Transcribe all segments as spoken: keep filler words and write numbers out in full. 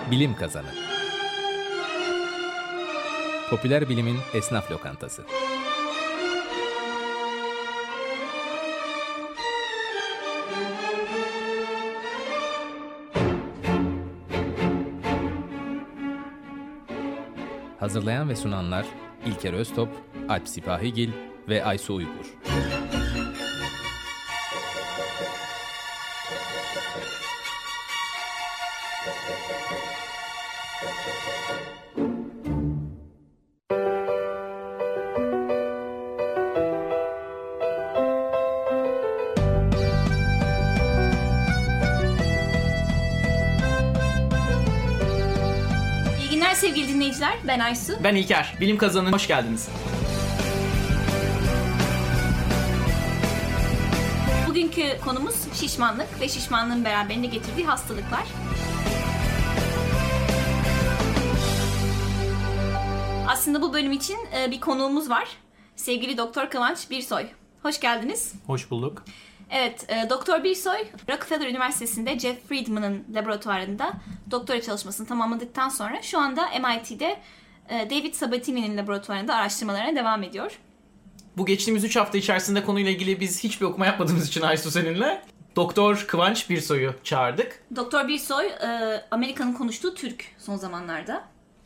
Bilim Kazanı. Popüler bilimin esnaf lokantası. Hazırlayan ve sunanlar İlker Öztop, Alp Sipahigil ve Aysu Uygur. Sevgili dinleyiciler, ben Aysu. Ben İlker. Bilim Kazanı'na hoş geldiniz. Bugünkü konumuz şişmanlık ve şişmanlığın beraberinde getirdiği hastalıklar. Aslında bu bölüm için bir konuğumuz var. Sevgili Doktor Kıvanç Birsoy. Hoş geldiniz. Hoş bulduk. Evet, Doktor Birsoy, Rockefeller Üniversitesi'nde Jeff Friedman'ın laboratuvarında doktora çalışmasını tamamladıktan sonra şu anda M I T'de David Sabatini'nin laboratuvarında araştırmalarına devam ediyor. Bu geçtiğimiz üç hafta içerisinde konuyla ilgili biz hiçbir okuma yapmadığımız için Aysu seninle Doktor Kıvanç Birsoy'u çağırdık. Doktor Birsoy, Amerika'nın konuştuğu Türk son zamanlarda.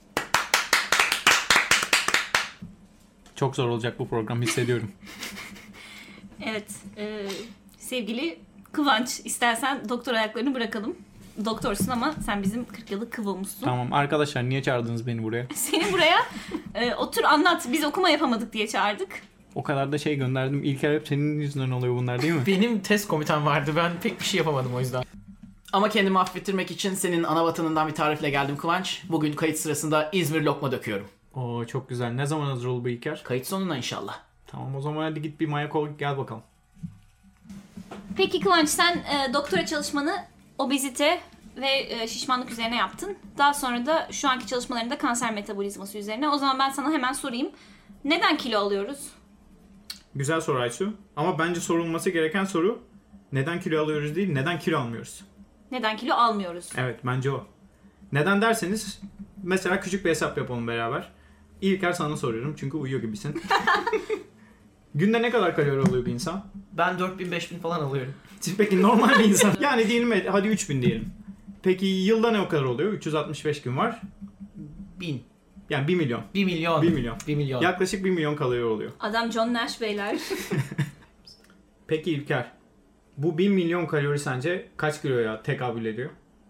Çok zor olacak bu program, hissediyorum. Evet, e, sevgili Kıvanç, istersen doktor ayaklarını bırakalım. Doktorsun ama sen bizim kırk yıllık kıvamızsın. Tamam arkadaşlar, niye çağırdınız beni buraya? Seni buraya e, otur anlat, biz okuma yapamadık diye çağırdık. O kadar da şey gönderdim. İlker hep senin yüzünden oluyor bunlar, değil mi? Benim test komitem vardı, ben pek bir şey yapamadım o yüzden. Ama kendimi affettirmek için senin ana vatanından bir tarifle geldim Kıvanç. Bugün kayıt sırasında İzmir lokma döküyorum. Oo, çok güzel. Ne zaman hazır olur bu İlker? Kayıt sonuna inşallah. Tamam, o zaman hadi git bir mayak ol, gel bakalım. Peki Kıvanç, sen e, doktora çalışmanı obezite ve e, şişmanlık üzerine yaptın. Daha sonra da şu anki çalışmalarında kanser metabolizması üzerine. O zaman ben sana hemen sorayım. Neden kilo alıyoruz? Güzel soru Aysu. Ama bence sorulması gereken soru neden kilo alıyoruz değil, neden kilo almıyoruz? Neden kilo almıyoruz? Evet, bence o. Neden derseniz mesela küçük bir hesap yapalım beraber. İlker, sana soruyorum çünkü uyuyor gibisin. Günde ne kadar kalori alıyor bir insan? Ben dört bin beş bin falan alıyorum. Peki normal bir insan. Yani diyelim hadi üç bin diyelim. Peki yılda ne o kadar oluyor? üç yüz altmış beş gün var. bin. Yani bir milyon. bir milyon. bir milyon. bir milyon. Yaklaşık bir milyon kalori oluyor. Adam John Nash beyler. Peki İlker, bu bir milyon kalori sence kaç kiloya tekabül ediyor?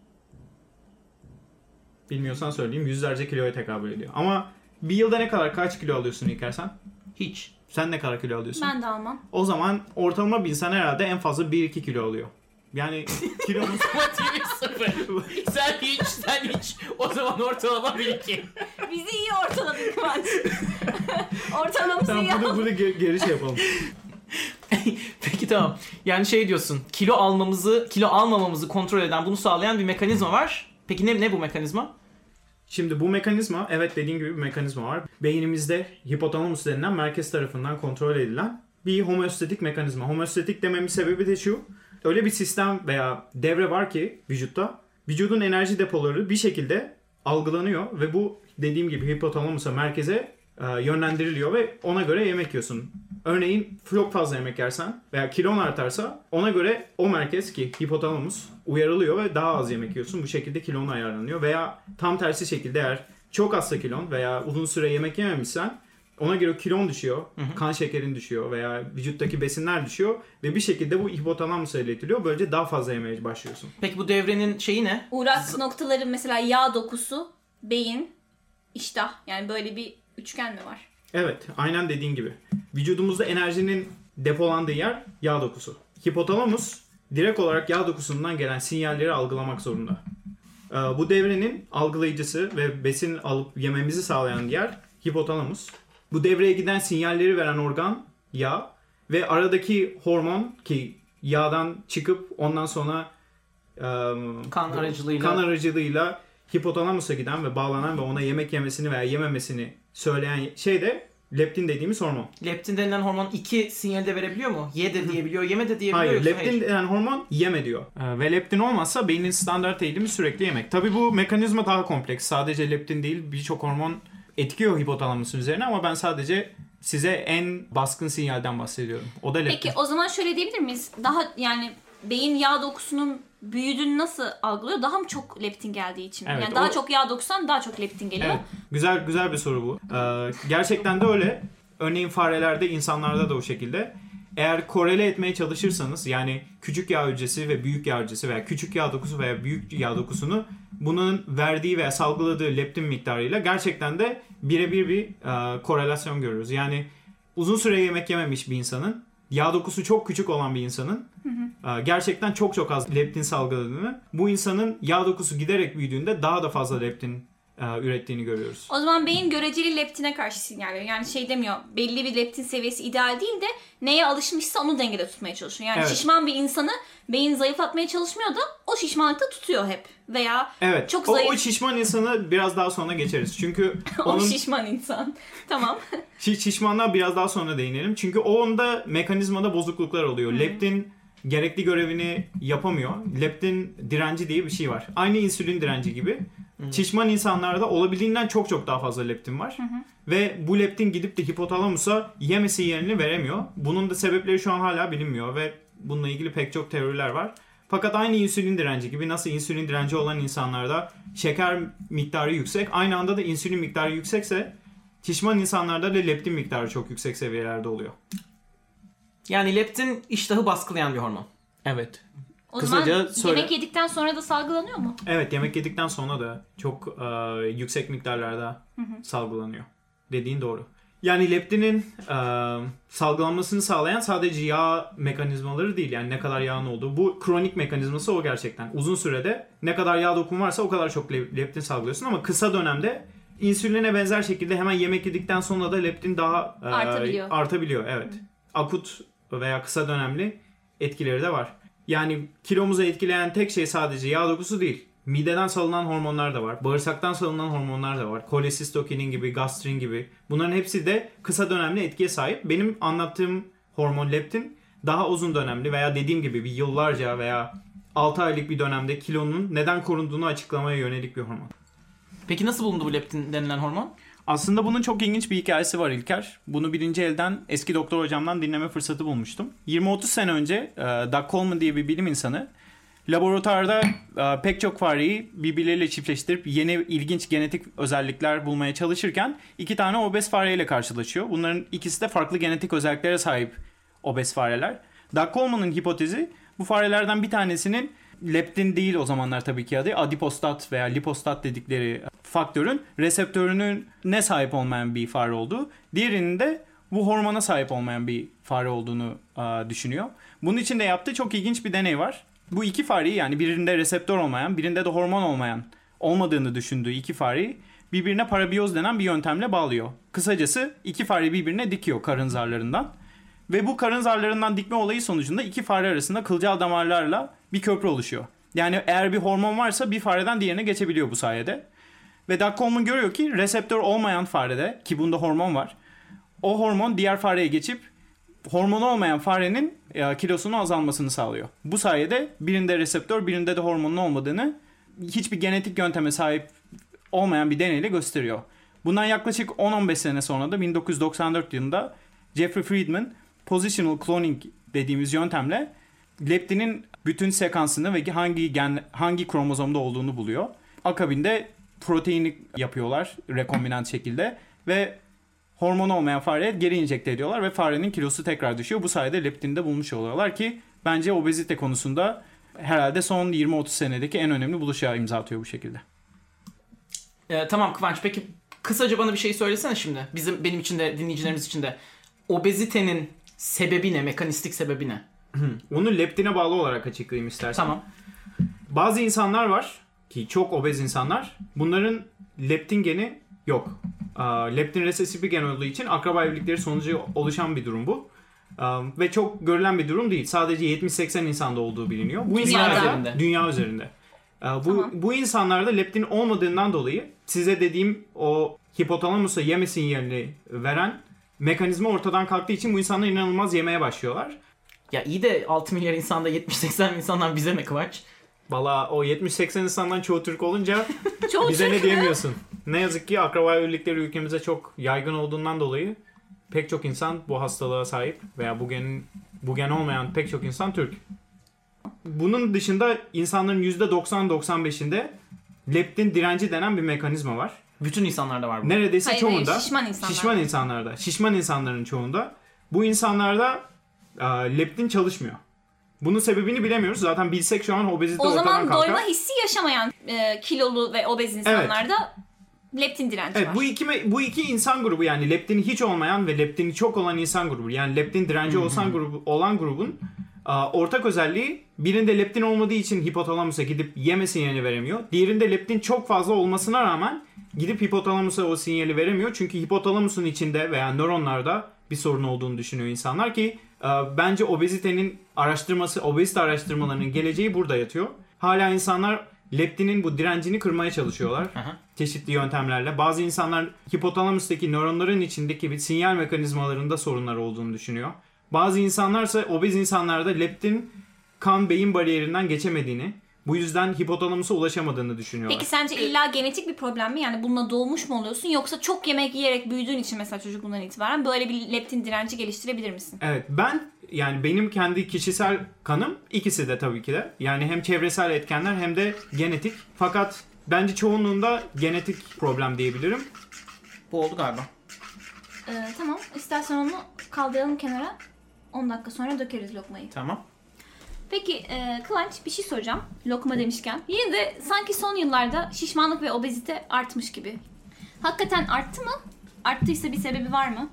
Bilmiyorsan söyleyeyim, yüzlerce kiloya tekabül ediyor. Ama bir yılda ne kadar, kaç kilo alıyorsun İlker sen? Hiç. Sen ne kadar kilo alıyorsun? Ben de almam. O zaman ortalama bir insan herhalde en fazla bir iki kilo alıyor. Yani kilomuz... Matematiğimiz sıfır. Sen hiç, sen hiç. O zaman ortalama bir iki. Bizi iyi ortaladın Kıvanç. Ortalamamızı Tamam, iyi bunu, aldın. bunu ge- geri şey yapalım. Peki tamam. Yani şey diyorsun. Kilo almamızı, kilo almamamızı kontrol eden, bunu sağlayan bir mekanizma var. Peki ne ne bu mekanizma? Şimdi bu mekanizma, evet dediğin gibi bir mekanizma var. Beynimizde hipotalamus denilen merkez tarafından kontrol edilen bir homeostatik mekanizma. Homeostatik dememin sebebi de şu. Öyle bir sistem veya devre var ki vücutta, vücudun enerji depoları bir şekilde algılanıyor ve bu dediğim gibi hipotalamusa, merkeze e, yönlendiriliyor ve ona göre yemek yiyorsun. Örneğin çok fazla yemek yersen veya kilon artarsa ona göre o merkez ki hipotalamus uyarılıyor ve daha az yemek yiyorsun. Bu şekilde kilon ayarlanıyor veya tam tersi şekilde eğer çok azsa kilon veya uzun süre yemek yememişsen ona göre kilon düşüyor, hı hı. kan şekerin düşüyor veya vücuttaki besinler düşüyor ve bir şekilde bu hipotalamusa iletiliyor. Böylece daha fazla yemeye başlıyorsun. Peki bu devrenin şeyi ne? Uğrak Z- noktaları mesela yağ dokusu, beyin, iştah, yani böyle bir üçgen mi var? Evet, aynen dediğin gibi. Vücudumuzda enerjinin depolandığı yer yağ dokusu. Hipotalamus direkt olarak yağ dokusundan gelen sinyalleri algılamak zorunda. Ee, bu devrenin algılayıcısı ve besin alıp yememizi sağlayan yer hipotalamus. Bu devreye giden sinyalleri veren organ yağ ve aradaki hormon ki yağdan çıkıp ondan sonra e, kan aracılığıyla kan aracılığıyla hipotalamusa giden ve bağlanan ve ona yemek yemesini veya yememesini söyleyen şey de leptin dediğimiz hormon. Leptin denilen hormon iki sinyali de verebiliyor mu? Ye de diyebiliyor, yeme de diyebiliyor. Hayır, yoksa leptin hayır. denen hormon yeme diyor. Ee, ve leptin olmazsa beynin standart eğilimi sürekli yemek. Tabii bu mekanizma daha kompleks. Sadece leptin değil, birçok hormon etkiliyor hipotalamusun üzerine ama ben sadece size en baskın sinyalden bahsediyorum. O da leptin. Peki o zaman şöyle diyebilir miyiz? Daha yani beyin yağ dokusunun büyüdüğünü nasıl algılıyor? Daha mı çok leptin geldiği için? Evet, yani daha o... çok yağ dokusan daha çok leptin geliyor. Evet. Güzel güzel bir soru bu. Ee, gerçekten de öyle. Örneğin farelerde, insanlarda da o şekilde. Eğer korele etmeye çalışırsanız yani küçük yağ hücresi ve büyük yağ hücresi veya küçük yağ dokusu veya büyük yağ dokusunu bunun verdiği veya salgıladığı leptin miktarıyla gerçekten de birebir bir e, korelasyon görüyoruz. Yani uzun süre yemek yememiş bir insanın, yağ dokusu çok küçük olan bir insanın hı hı. E, gerçekten çok çok az leptin salgıladığını, bu insanın yağ dokusu giderek büyüdüğünde daha da fazla leptin e, ürettiğini görüyoruz. O zaman beyin göreceli leptine karşı sinyal veriyor. Yani şey demiyor, belli bir leptin seviyesi ideal değil de neye alışmışsa onu dengede tutmaya çalışıyor. Yani evet. Şişman bir insanı beyin zayıflatmaya çalışmıyor da o şişmanlıkta tutuyor hep. Veya evet. çok o, zayıf... o şişman insanı biraz daha sonra geçeriz. Çünkü onun... o şişman insan. Tamam. Şişmanlığa biraz daha sonra değinelim. Çünkü o onda mekanizmada bozukluklar oluyor. Hmm. Leptin gerekli görevini yapamıyor. Leptin direnci diye bir şey var. Aynı insülin direnci gibi. Hmm. Şişman insanlarda olabildiğinden çok çok daha fazla leptin var. Hmm. Ve bu leptin gidip de hipotalamusa yemesi yerini veremiyor. Bunun da sebepleri şu an hala bilinmiyor ve bununla ilgili pek çok teoriler var. Fakat aynı insülin direnci gibi nasıl insülin direnci olan insanlarda şeker miktarı yüksek, aynı anda da insülin miktarı yüksekse şişman insanlarda da leptin miktarı çok yüksek seviyelerde oluyor. Yani leptin iştahı baskılayan bir hormon. Evet. O Kısaca zaman söyle. Yemek yedikten sonra da salgılanıyor mu? Evet, yemek yedikten sonra da çok e, yüksek miktarlarda hı hı. salgılanıyor. Dediğin doğru. Yani leptinin e, salgılanmasını sağlayan sadece yağ mekanizmaları değil. Yani ne kadar yağın olduğu. Bu kronik mekanizması o gerçekten. Uzun sürede ne kadar yağ dokun varsa o kadar çok leptin salgılıyorsun. Ama kısa dönemde insüline benzer şekilde hemen yemek yedikten sonra da leptin daha e, artabiliyor. artabiliyor. Evet. Hı. Akut veya kısa dönemli etkileri de var. Yani kilomuzu etkileyen tek şey sadece yağ dokusu değil. Mideden salınan hormonlar da var. Bağırsaktan salınan hormonlar da var. Kolesistokinin gibi, gastrin gibi. Bunların hepsi de kısa dönemli etkiye sahip. Benim anlattığım hormon leptin daha uzun dönemli veya dediğim gibi bir yıllarca veya altı aylık bir dönemde kilonun neden korunduğunu açıklamaya yönelik bir hormon. Peki nasıl bulundu bu leptin denilen hormon? Aslında bunun çok ilginç bir hikayesi var İlker. Bunu birinci elden eski doktor hocamdan dinleme fırsatı bulmuştum. yirmi otuz sene önce Doug Coleman diye bir bilim insanı laboratuvarda pek çok fareyi birbirleriyle çiftleştirip yeni ilginç genetik özellikler bulmaya çalışırken iki tane obez fareyle karşılaşıyor. Bunların ikisi de farklı genetik özelliklere sahip obez fareler. Doug Coleman'ın hipotezi bu farelerden bir tanesinin leptin değil o zamanlar tabii ki adı adipostat veya lipostat dedikleri faktörün reseptörünün ne sahip olmayan bir fare olduğu. Diğerinin de bu hormona sahip olmayan bir fare olduğunu a, düşünüyor. Bunun için de yaptığı çok ilginç bir deney var. Bu iki fareyi yani birinde reseptör olmayan birinde de hormon olmayan olmadığını düşündüğü iki fareyi birbirine parabiyoz denen bir yöntemle bağlıyor. Kısacası iki fare birbirine dikiyor karın zarlarından. Ve bu karın zarlarından dikme olayı sonucunda iki fare arasında kılcal damarlarla bir köprü oluşuyor. Yani eğer bir hormon varsa bir fareden diğerine geçebiliyor bu sayede. Ve Doug Coleman görüyor ki reseptör olmayan farede ki bunda hormon var. O hormon diğer fareye geçip hormon olmayan farenin e, kilosunun azalmasını sağlıyor. Bu sayede birinde reseptör birinde de hormonun olmadığını hiçbir genetik yönteme sahip olmayan bir deneyle gösteriyor. Bundan yaklaşık on on beş sene sonra da bin dokuz yüz doksan dört yılında Jeffrey Friedman positional cloning dediğimiz yöntemle leptinin bütün sekansını ve hangi gen hangi kromozomda olduğunu buluyor. Akabinde proteini yapıyorlar rekombinant şekilde ve hormon olmayan fareye geri enjekte ediyorlar ve farenin kilosu tekrar düşüyor. Bu sayede leptini de bulmuş oluyorlar ki bence obezite konusunda herhalde son yirmi otuz senedeki en önemli buluşa imza atıyor bu şekilde. Ee, tamam Kıvanç, peki kısaca bana bir şey söylesene şimdi. Bizim benim için de dinleyicilerimiz için de. Obezitenin sebebi ne? Mekanistik sebebi ne? Onu leptine bağlı olarak açıklayayım istersen. Tamam. Bazı insanlar var ki çok obez insanlar. Bunların leptin geni yok. Leptin resesif bir gen olduğu için akraba evlilikleri sonucu oluşan bir durum bu. Ve çok görülen bir durum değil. Sadece yetmiş seksen insanda olduğu biliniyor. Bu dünya üzerinde. Dünya üzerinde. Bu, tamam. bu insanlarda leptin olmadığından dolayı size dediğim o hipotalamusa yeme sinyalini veren mekanizma ortadan kalktığı için bu insanlar inanılmaz yemeye başlıyorlar. Ya iyi de altı milyar insanda yetmiş seksen insandan bize ne Kıvanç? Valla o yetmiş seksen insandan çoğu Türk olunca Çoğu bize Türk ne mü? diyemiyorsun. Ne yazık ki akraba evlilikleri ülkemize çok yaygın olduğundan dolayı pek çok insan bu hastalığa sahip veya bu gen, bu gen olmayan pek çok insan Türk. Bunun dışında insanların yüzde doksan doksan beşinde leptin direnci denen bir mekanizma var. Bütün insanlarda var bu. Neredeyse Hayır, çoğunda. hayır, şişman insanlar. Şişman insanlarda. Şişman insanların çoğunda. Bu insanlarda e, leptin çalışmıyor. Bunun sebebini bilemiyoruz. Zaten bilsek şu an obezite O ortadan zaman kalkar. doyma hissi yaşamayan e, kilolu ve obez insanlarda leptin direnci Evet, var. bu iki bu iki insan grubu, yani leptini hiç olmayan ve leptini çok olan insan grubu, yani leptin direnci olsan grubu olan grubun a, ortak özelliği, birinde leptin olmadığı için hipotalamusa gidip yeme sinyalini veremiyor. Diğerinde leptin çok fazla olmasına rağmen gidip hipotalamusa o sinyali veremiyor. Çünkü hipotalamusun içinde veya nöronlarda bir sorun olduğunu düşünüyor insanlar ki e, bence obezitenin araştırması, obezite araştırmalarının geleceği burada yatıyor. Hala insanlar leptinin bu direncini kırmaya çalışıyorlar. Aha. Çeşitli yöntemlerle. Bazı insanlar hipotalamustaki nöronların içindeki bir sinyal mekanizmalarında sorunlar olduğunu düşünüyor. Bazı insanlarsa obez insanlarda leptin kan beyin bariyerinden geçemediğini, bu yüzden hipotalamusa ulaşamadığını düşünüyorlar. Peki sence illa genetik bir problem mi? Yani bununla doğmuş mu oluyorsun? Yoksa çok yemek yiyerek büyüdüğün için mesela çocukluğundan itibaren böyle bir leptin direnci geliştirebilir misin? Evet, ben yani benim kendi kişisel kanım ikisi de tabii ki de. Yani hem çevresel etkenler hem de genetik. Fakat bence çoğunluğunda genetik problem diyebilirim. Bu oldu galiba. Ee, tamam. İstersen onu kaldıralım kenara. on dakika sonra dökeriz lokmayı. Tamam. Peki e, Kıvanç, bir şey soracağım lokma demişken. Yine de sanki son yıllarda şişmanlık ve obezite artmış gibi. Hakikaten arttı mı? Arttıysa bir sebebi var mı?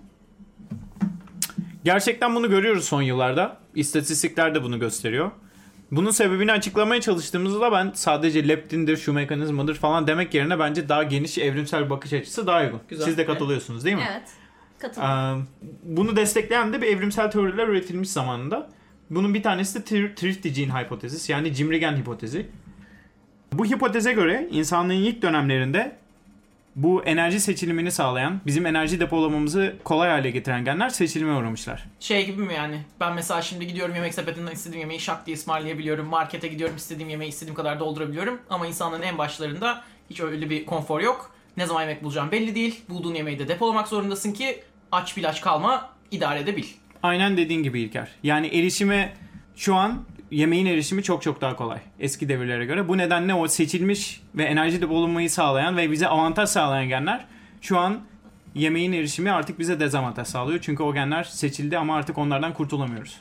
Gerçekten bunu görüyoruz son yıllarda. İstatistikler de bunu gösteriyor. Bunun sebebini açıklamaya çalıştığımızda ben sadece leptindir, şu mekanizmadır falan demek yerine bence daha geniş evrimsel bir bakış açısı daha uygun. Güzel. Siz de katılıyorsunuz değil mi? Evet. Katılıyorum. Ee, bunu destekleyen de bir evrimsel teoriler üretilmiş zamanında. Bunun bir tanesi de thrifty gene hipotezis, yani cimri gen hipotezi. Bu hipoteze göre insanlığın ilk dönemlerinde bu enerji seçilimini sağlayan, bizim enerji depolamamızı kolay hale getiren genler seçilime uğramışlar. Şey gibi mi yani? Ben mesela şimdi gidiyorum yemek sepetinden istediğim yemeği şak diye ısmarlayabiliyorum. Markete gidiyorum istediğim yemeği istediğim kadar doldurabiliyorum. Ama insanların en başlarında hiç öyle bir konfor yok. Ne zaman yemek bulacağım belli değil. Bulduğun yemeği de depolamak zorundasın ki aç bil aç kalma, idare edebil. Aynen dediğin gibi İlker. Yani erişime şu an yemeğin erişimi çok çok daha kolay eski devirlere göre. Bu nedenle o seçilmiş ve enerji depolamayı sağlayan ve bize avantaj sağlayan genler şu an yemeğin erişimi artık bize dezavantaj sağlıyor. Çünkü o genler seçildi ama artık onlardan kurtulamıyoruz.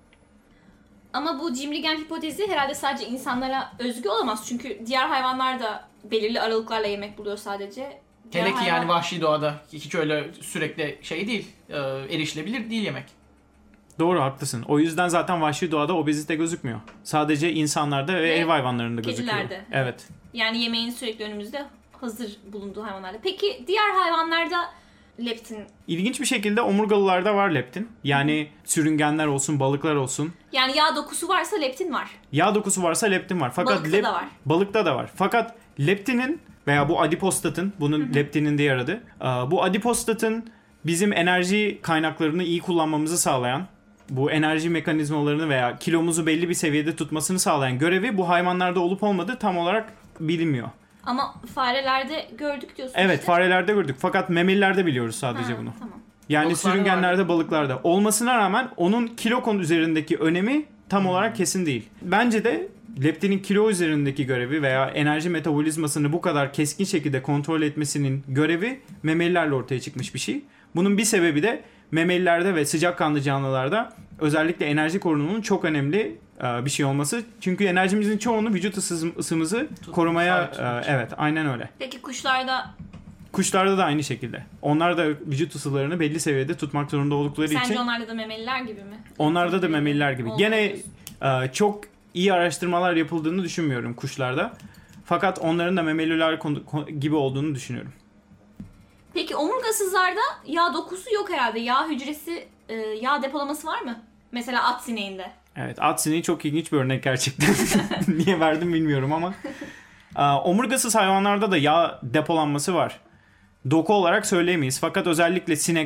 Ama bu cimri gen hipotezi herhalde sadece insanlara özgü olamaz. Çünkü diğer hayvanlar da belirli aralıklarla yemek buluyor sadece. Diğer Hele ki hayvan... yani vahşi doğada hiç öyle sürekli şey değil, e, erişilebilir değil yemek. Doğru, haklısın. O yüzden zaten vahşi doğada obezite gözükmüyor. Sadece insanlarda ve, Ve ev hayvanlarında gözüküyor. kedilerde. Evet. Yani yemeğin sürekli önümüzde hazır bulunduğu hayvanlarda. Peki diğer hayvanlarda leptin, İlginç bir şekilde omurgalılarda var leptin. Yani sürüngenler olsun, balıklar olsun. yani yağ dokusu varsa leptin var. Yağ dokusu varsa leptin var. Fakat Balıkta da var. Balıkta da var. Fakat leptinin veya bu adipostatın, bunun leptinin diğer adı. Bu adipostatın bizim enerji kaynaklarını iyi kullanmamızı sağlayan, bu enerji mekanizmalarını veya kilomuzu belli bir seviyede tutmasını sağlayan görevi bu hayvanlarda olup olmadığı tam olarak bilinmiyor. Ama farelerde gördük diyorsun Evet, işte. farelerde gördük. Fakat memelilerde biliyoruz sadece Ha, bunu. Tamam. Yani Balıklarda sürüngenlerde, balıklarda olmasına rağmen onun kilo konu üzerindeki önemi tam olarak kesin değil. Bence de leptinin kilo üzerindeki görevi veya enerji metabolizmasını bu kadar keskin şekilde kontrol etmesinin görevi memelilerle ortaya çıkmış bir şey. Bunun bir sebebi de memelilerde ve sıcakkanlı canlılarda özellikle enerji korunumunun çok önemli bir şey olması. Çünkü enerjimizin çoğunu vücut ısımızı Tut, korumaya, sabit tutmak. evet aynen öyle. Peki kuşlarda Kuşlarda da aynı şekilde. Onlar da vücut ısılarını belli seviyede tutmak zorunda oldukları sence için. onlarda da memeliler gibi mi? Onlarda da memeliler gibi. Olmaz Gene diyorsun. e, çok iyi araştırmalar yapıldığını düşünmüyorum kuşlarda. Fakat onların da memeliler konu- ko- gibi olduğunu düşünüyorum. Peki omurgasızlarda yağ dokusu yok herhalde. Yağ hücresi, e, yağ depolaması var mı? Mesela at sineğinde. Evet, at sineği çok ilginç bir örnek gerçekten. Niye verdim bilmiyorum ama. E, omurgasız hayvanlarda da yağ depolanması var. Doku olarak söyleyemeyiz. Fakat özellikle sinekte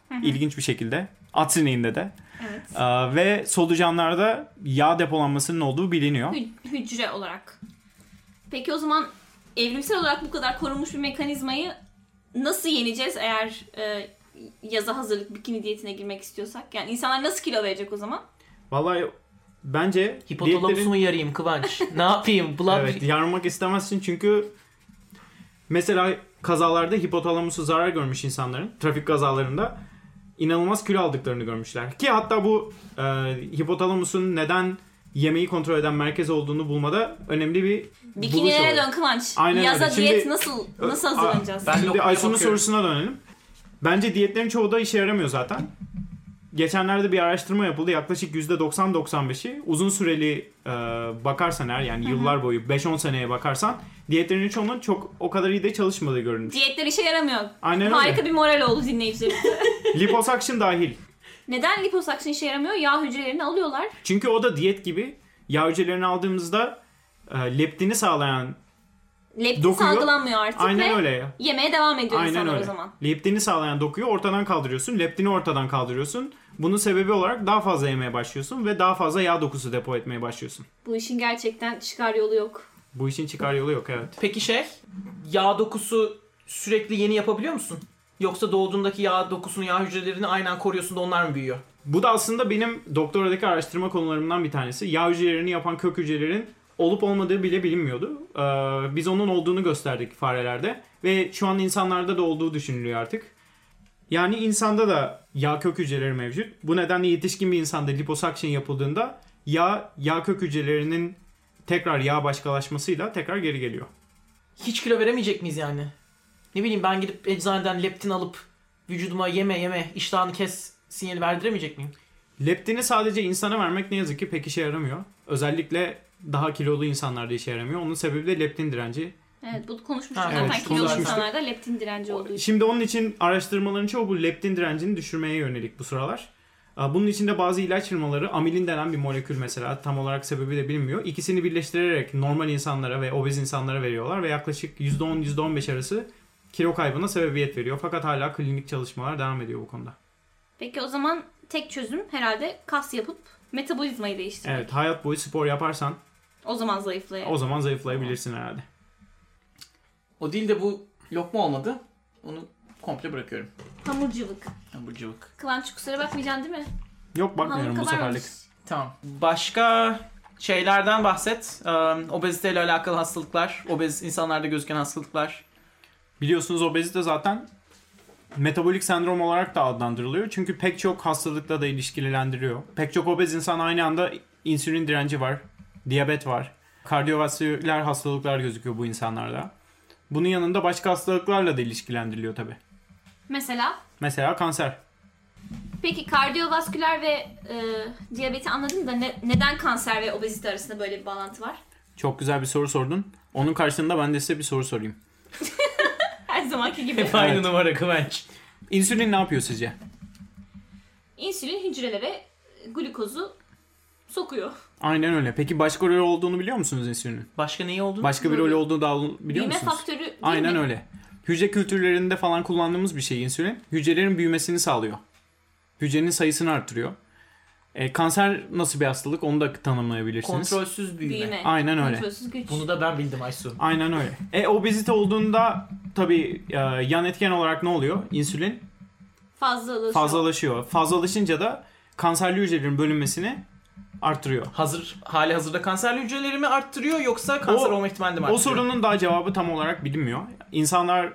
İlginç bir şekilde. At sineğinde de. Evet. Ee, ve solucanlarda yağ depolanmasının olduğu biliniyor. Hü- hücre olarak. Peki o zaman evrimsel olarak bu kadar korunmuş bir mekanizmayı nasıl yeneceğiz eğer e, yaza hazırlık bikini diyetine girmek istiyorsak? Yani insanlar nasıl kilo verecek o zaman? Vallahi bence Hipotalamusu mu yarayayım Kıvanç? Ne yapayım? Blood... Evet, yarmak istemezsin çünkü mesela kazalarda hipotalamusu zarar görmüş insanların trafik kazalarında inanılmaz kilo aldıklarını görmüşler. Ki hatta bu e, hipotalamusun neden yemeği kontrol eden merkez olduğunu bulmada önemli bir buluş Bikinilere oluyor. dön Kıvanç. Aynen Yaza öyle. diyet Şimdi- nasıl nasıl Aa, hazırlanacağız? ben- Şimdi lokmaya Aysun'un bakıyorum. sorusuna dönelim. Bence diyetlerin çoğu da işe yaramıyor zaten. Geçenlerde bir araştırma yapıldı. Yaklaşık yüzde doksan doksan beşi uzun süreli e, bakarsan eğer yani yıllar boyu beş on seneye bakarsan diyetlerin çoğunun çok o kadar iyi de çalışmadığı görülmüş. Diyetler işe yaramıyor. Aynen öyle. Harika bir moral oldu dinleyicilerimize. Liposuction dahil. Neden liposuction işe yaramıyor? Yağ hücrelerini alıyorlar. Çünkü o da diyet gibi. Yağ hücrelerini aldığımızda e, leptini sağlayan Leptin Dokuyu- salgılanmıyor artık aynen ve öyle. yemeye devam ediyor Aynen insanlar öyle. o zaman. Leptini sağlayan dokuyu ortadan kaldırıyorsun. Leptini ortadan kaldırıyorsun. Bunun sebebi olarak daha fazla yemeye başlıyorsun ve daha fazla yağ dokusu depo etmeye başlıyorsun. Bu işin gerçekten çıkar yolu yok. Bu işin çıkar yolu yok, evet. Peki şey, yağ dokusu sürekli yeni yapabiliyor musun? Yoksa doğduğundaki yağ dokusunu, yağ hücrelerini aynen koruyorsun da onlar mı büyüyor? Bu da aslında benim doktoradaki araştırma konularımdan bir tanesi. Yağ hücrelerini yapan kök hücrelerin olup olmadığı bile bilinmiyordu. Ee, biz onun olduğunu gösterdik farelerde. Ve şu an insanlarda da olduğu düşünülüyor artık. Yani insanda da yağ kök hücreleri mevcut. Bu nedenle yetişkin bir insanda liposuction yapıldığında yağ, yağ kök hücrelerinin tekrar yağ başkalaşmasıyla tekrar geri geliyor. Hiç kilo veremeyecek miyiz yani? Ne bileyim, ben gidip eczaneden leptin alıp vücuduma yeme yeme iştahını kes sinyali verdiremeyecek miyim? Leptini sadece insana vermek ne yazık ki pek işe yaramıyor. Özellikle daha kilolu insanlarda işe yaramıyor. Onun sebebi de leptin direnci. Evet, bu konuşmuştuk Ha, zaten evet, kilolu konuşmuştuk. insanlarda leptin direnci olduğu için. Şimdi onun için araştırmaların çoğu bu leptin direncini düşürmeye yönelik bu sıralar. Bunun için de bazı ilaç firmaları amilin denen bir molekül mesela, tam olarak sebebi de bilinmiyor. İkisini birleştirerek normal insanlara ve obez insanlara veriyorlar ve yaklaşık yüzde on yüzde on beş arası kilo kaybına sebebiyet veriyor. Fakat hala klinik çalışmalar devam ediyor bu konuda. Peki o zaman tek çözüm herhalde kas yapıp metabolizmayı değiştirmek. Evet, hayat boyu spor yaparsan O zaman zayıflayabilir. o zaman zayıflayabilirsin herhalde. O değil de bu lokma olmadı. Onu komple bırakıyorum. Hamurcılık. Hamur cıvık. Kıvanç, kusura bakmayacaksın değil mi? Yok, bakmıyorum Hamur bu seferlik. kabarmamış. Tamam. Başka şeylerden bahset. Um, obeziteyle alakalı hastalıklar. Obez insanlarda gözüken hastalıklar. Biliyorsunuz obezite zaten metabolik sendrom olarak da adlandırılıyor. Çünkü pek çok hastalıkla da ilişkilendiriyor. Pek çok obez insan aynı anda insülin direnci var, diyabet var, kardiyovasküler hastalıklar gözüküyor bu insanlarda. Bunun yanında başka hastalıklarla da ilişkilendiriliyor tabii. Mesela? Mesela kanser. Peki kardiyovasküler ve e, diyabeti anladın da ne, neden kanser ve obezite arasında böyle bir bağlantı var? Çok güzel bir soru sordun. Onun karşılığında ben de size bir soru sorayım. Her zamanki gibi. Hep aynı Evet. numara Kıvanç. İnsülin ne yapıyor sizce? İnsülin hücrelere glukozu sokuyor. Aynen öyle. Peki başka rol olduğunu biliyor musunuz insülinin? Başka neyi oldu? Başka bir rol olduğunu da biliyor Büyüme musunuz? faktörü değil Aynen mi? öyle. Hücre kültürlerinde falan kullandığımız bir şey insülin. Hücrelerin büyümesini sağlıyor. Hücrenin sayısını arttırıyor. E, kanser nasıl bir hastalık onu da tanımlayabilirsiniz. Kontrolsüz büyüme. Büyüme. Aynen öyle. Kontrolsüz güç. Bunu da ben bildim Aysu. Aynen öyle. E, obezite olduğunda tabii e, yan etken olarak ne oluyor? İnsülin Fazlalaşıyor. fazlalaşıyor. Fazlalaşınca da kanserli hücrelerin bölünmesini arttırıyor. Hazır hali hazırda kanserli hücreleri mi arttırıyor yoksa kanser O- olma ihtimali mi O arttırıyor? sorunun daha cevabı tam olarak bilinmiyor. İnsanlar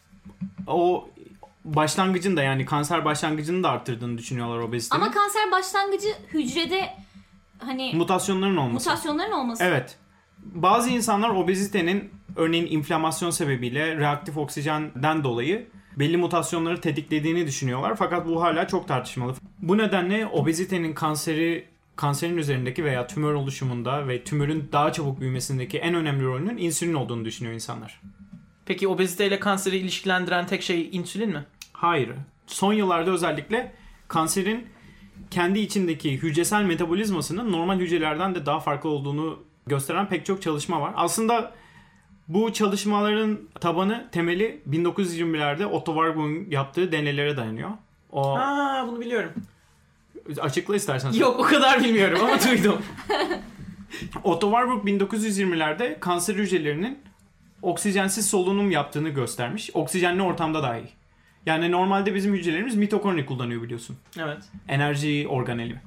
o başlangıcın da yani kanser başlangıcını da arttırdığını düşünüyorlar obezitenin. Ama kanser başlangıcı hücrede hani Mutasyonların olması. mutasyonların olması. Evet. Bazı insanlar obezitenin örneğin inflamasyon sebebiyle reaktif oksijenden dolayı belli mutasyonları tetiklediğini düşünüyorlar. Fakat bu hala çok tartışmalı. Bu nedenle obezitenin kanseri kanserin üzerindeki veya tümör oluşumunda ve tümörün daha çabuk büyümesindeki en önemli rolünün insülin olduğunu düşünüyor insanlar. Peki obeziteyle kanseri ilişkilendiren tek şey insülin mi? Hayır. Son yıllarda özellikle kanserin kendi içindeki hücresel metabolizmasının normal hücrelerden de daha farklı olduğunu gösteren pek çok çalışma var. Aslında bu çalışmaların tabanı, temeli bin dokuz yüz yirmilerde Otto Warburg'un yaptığı deneylere dayanıyor. O Ha, bunu biliyorum. açıkla istersen. Yok, o kadar bilmiyorum ama duydum. Otto Warburg bin dokuz yüz yirmilerde kanser hücrelerinin oksijensiz solunum yaptığını göstermiş. Oksijenli ortamda dahi. Yani normalde bizim hücrelerimiz mitokondri kullanıyor biliyorsun. Evet. Enerji organeli.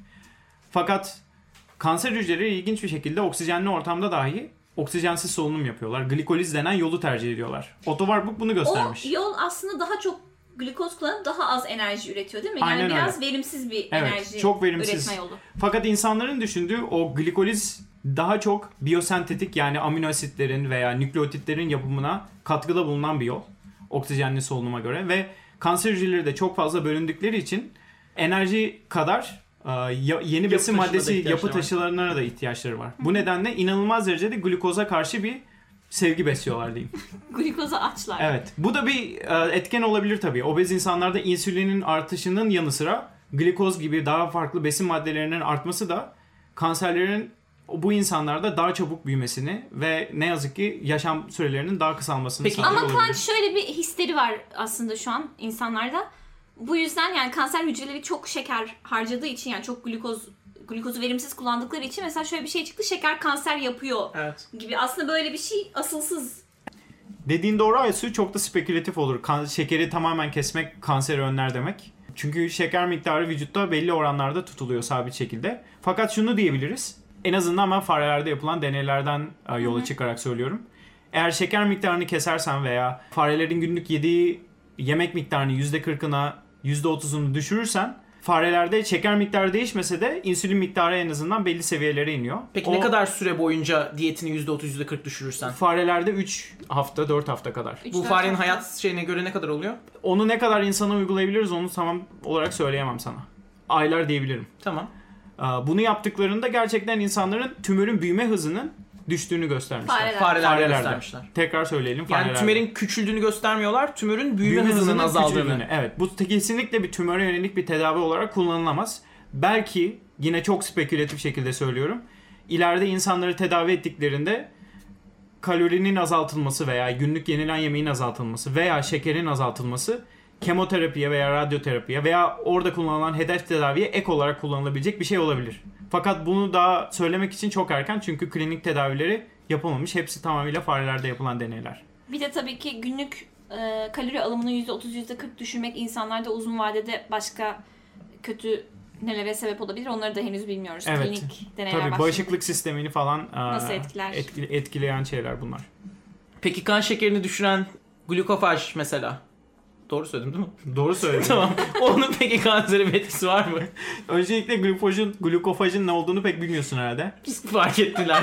Fakat kanser hücreleri ilginç bir şekilde oksijenli ortamda dahi oksijensiz solunum yapıyorlar. Glikoliz denen yolu tercih ediyorlar. Otto Warburg bunu göstermiş. O yol aslında daha çok glikoz kullanıp daha az enerji üretiyor değil mi? Aynen Yani biraz öyle. verimsiz bir Evet, enerji çok verimsiz. üretme yolu. Fakat insanların düşündüğü o glikoliz daha çok biyosentetik yani amino asitlerin veya nükleotitlerin yapımına katkıda bulunan bir yol. Oksijenli solunuma göre ve kanser hücreleri de çok fazla bölündükleri için enerji kadar e, yeni besin Yapı maddesi taşıma da yapı ihtiyaçları taşılarına da ihtiyaçları var. Bu nedenle inanılmaz derecede glikoza karşı bir sevgi besliyorlar diyeyim. Glikoza açlar. Evet. Bu da bir e, etken olabilir tabii. Obez insanlarda insülinin artışının yanı sıra glikoz gibi daha farklı besin maddelerinin artması da kanserlerin bu insanlarda daha çabuk büyümesini ve ne yazık ki yaşam sürelerinin daha kısalmasını Peki, sağlıyor Ama olabilir. Kıvanç şöyle bir histeri var aslında şu an insanlarda. Bu yüzden yani kanser hücreleri çok şeker harcadığı için yani çok glikoz glikozu verimsiz kullandıkları için mesela şöyle bir şey çıktı. Şeker kanser yapıyor Evet. gibi. Aslında böyle bir şey asılsız. Dediğin doğru Aysu, çok da spekülatif olur. Kan- şekeri tamamen kesmek kanseri önler demek. Çünkü şeker miktarı vücutta belli oranlarda tutuluyor sabit şekilde. Fakat şunu diyebiliriz. En azından ben farelerde yapılan deneylerden e, yola Hı-hı. çıkarak söylüyorum. Eğer şeker miktarını kesersen veya farelerin günlük yediği yemek miktarını yüzde kırkına yüzde otuzunu düşürürsen farelerde şeker miktarı değişmese de insülin miktarı en azından belli seviyelere iniyor. Peki o, ne kadar süre boyunca diyetini yüzde otuz yüzde kırk düşürürsen? Farelerde üç hafta dört hafta kadar. Üç, Bu dört farenin hafta. hayat şeyine göre ne kadar oluyor? Onu ne kadar insana uygulayabiliriz onu tam olarak söyleyemem sana. Aylar diyebilirim. Tamam. Bunu yaptıklarında gerçekten insanların tümörün büyüme hızının düştüğünü göstermişler. Fareler. Farelerde, Farelerde. göstermişler. Tekrar söyleyelim. Yani farelerde. tümerin küçüldüğünü göstermiyorlar, tümörün büyüme, hızının azaldığını. küçüldüğünü. Evet, bu kesinlikle bir tümöre yönelik bir tedavi olarak kullanılamaz. Belki yine çok spekülatif şekilde söylüyorum. İleride insanları tedavi ettiklerinde kalorinin azaltılması veya günlük yenilen yemeğin azaltılması veya şekerin azaltılması kemoterapiye veya radyoterapiye veya orada kullanılan hedef tedaviye ek olarak kullanılabilecek bir şey olabilir. Fakat bunu daha söylemek için çok erken çünkü klinik tedavileri yapılmamış. Hepsi tamamıyla farelerde yapılan deneyler. Bir de tabii ki günlük e, kalori alımını yüzde otuz yüzde kırk düşürmek insanlarda uzun vadede başka kötü nelere sebep olabilir. Onları da henüz bilmiyoruz. Evet. Klinik deneyler Tabii başlamadı. bağışıklık sistemini falan Nasıl e, etkiler? etkile- etkileyen şeyler bunlar. Peki kan şekerini düşüren glukofaj mesela. Doğru söyledim değil mi? Doğru söyledin. Tamam. Onun peki kansere bir etkisi var mı? Öncelikle glukofajın, glukofajın ne olduğunu pek bilmiyorsun herhalde. Fark ettiler.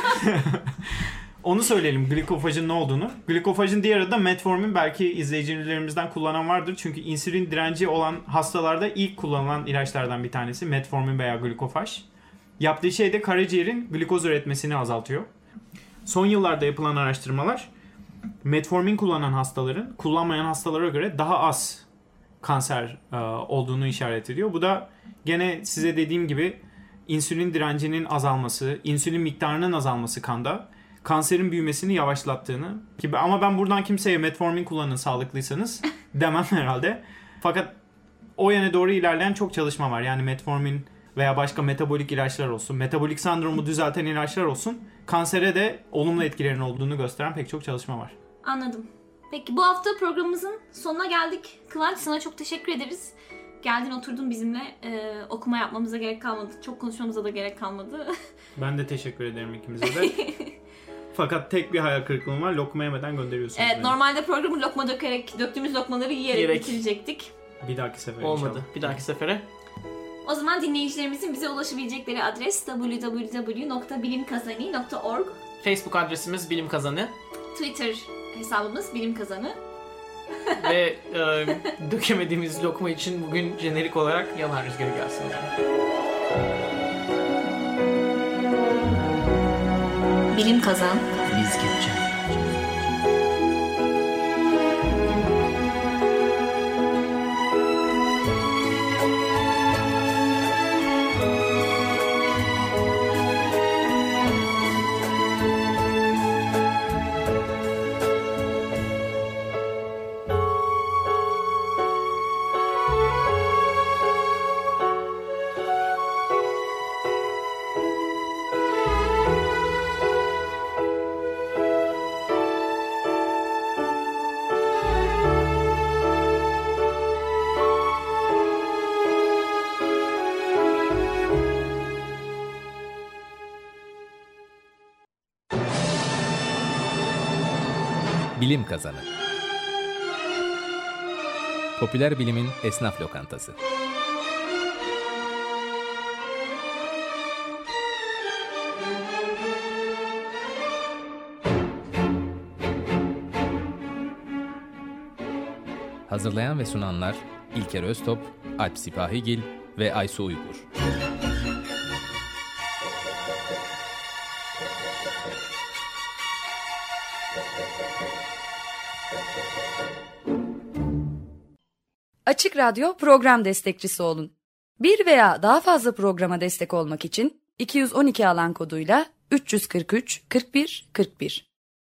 Onu söyleyelim glukofajın ne olduğunu. Glukofajın diğer adı da metformin. Belki izleyicilerimizden kullanan vardır. Çünkü insülin direnci olan hastalarda ilk kullanılan ilaçlardan bir tanesi. Metformin veya glukofaj. Yaptığı şey de karaciğerin glukoz üretmesini azaltıyor. Son yıllarda yapılan araştırmalar metformin kullanan hastaların kullanmayan hastalara göre daha az kanser e, olduğunu işaret ediyor. Bu da gene size dediğim gibi insülin direncinin azalması, insülin miktarının azalması kanda kanserin büyümesini yavaşlattığını gibi. Ama ben buradan kimseye metformin kullanın sağlıklıysanız demem herhalde. Fakat o yöne doğru ilerleyen çok çalışma var. Yani metformin veya başka metabolik ilaçlar olsun, metabolik sendromu düzelten ilaçlar olsun, kansere de olumlu etkilerinin olduğunu gösteren pek çok çalışma var. Anladım. Peki bu hafta programımızın sonuna geldik. Kıvanç, sana çok teşekkür ederiz. Geldin, oturdun bizimle. Ee, okuma yapmamıza gerek kalmadı. Çok konuşmamıza da gerek kalmadı. Ben de teşekkür ederim ikimize de. Fakat tek bir hayal kırıklığım var. Lokma yemeden gönderiyorsunuz Evet, beni. normalde programı lokma dökerek, döktüğümüz lokmaları yiyerek, Yiyerek. bitirecektik. Bir dahaki sefer Olmadı. inşallah. Bir dahaki sefere. O zaman dinleyicilerimizin bize ulaşabilecekleri adres double-u double-u double-u nokta bilimkazani nokta org. Facebook adresimiz Bilim Kazanı. Twitter hesabımız Bilim Kazanı. Ve e, dökemediğimiz lokma için bugün jenerik olarak yalan rüzgarı gelsin. Bilim Kazan. Biz gideceğiz. Bilim Kazanı. Popüler bilimin esnaf lokantası. Hazırlayan ve sunanlar İlker Öztop, Alp Sipahigil ve Aysu Uygur. Açık Radyo program destekçisi olun. Bir veya daha fazla programa destek olmak için iki yüz on iki alan koduyla üç yüz kırk üç kırk bir kırk bir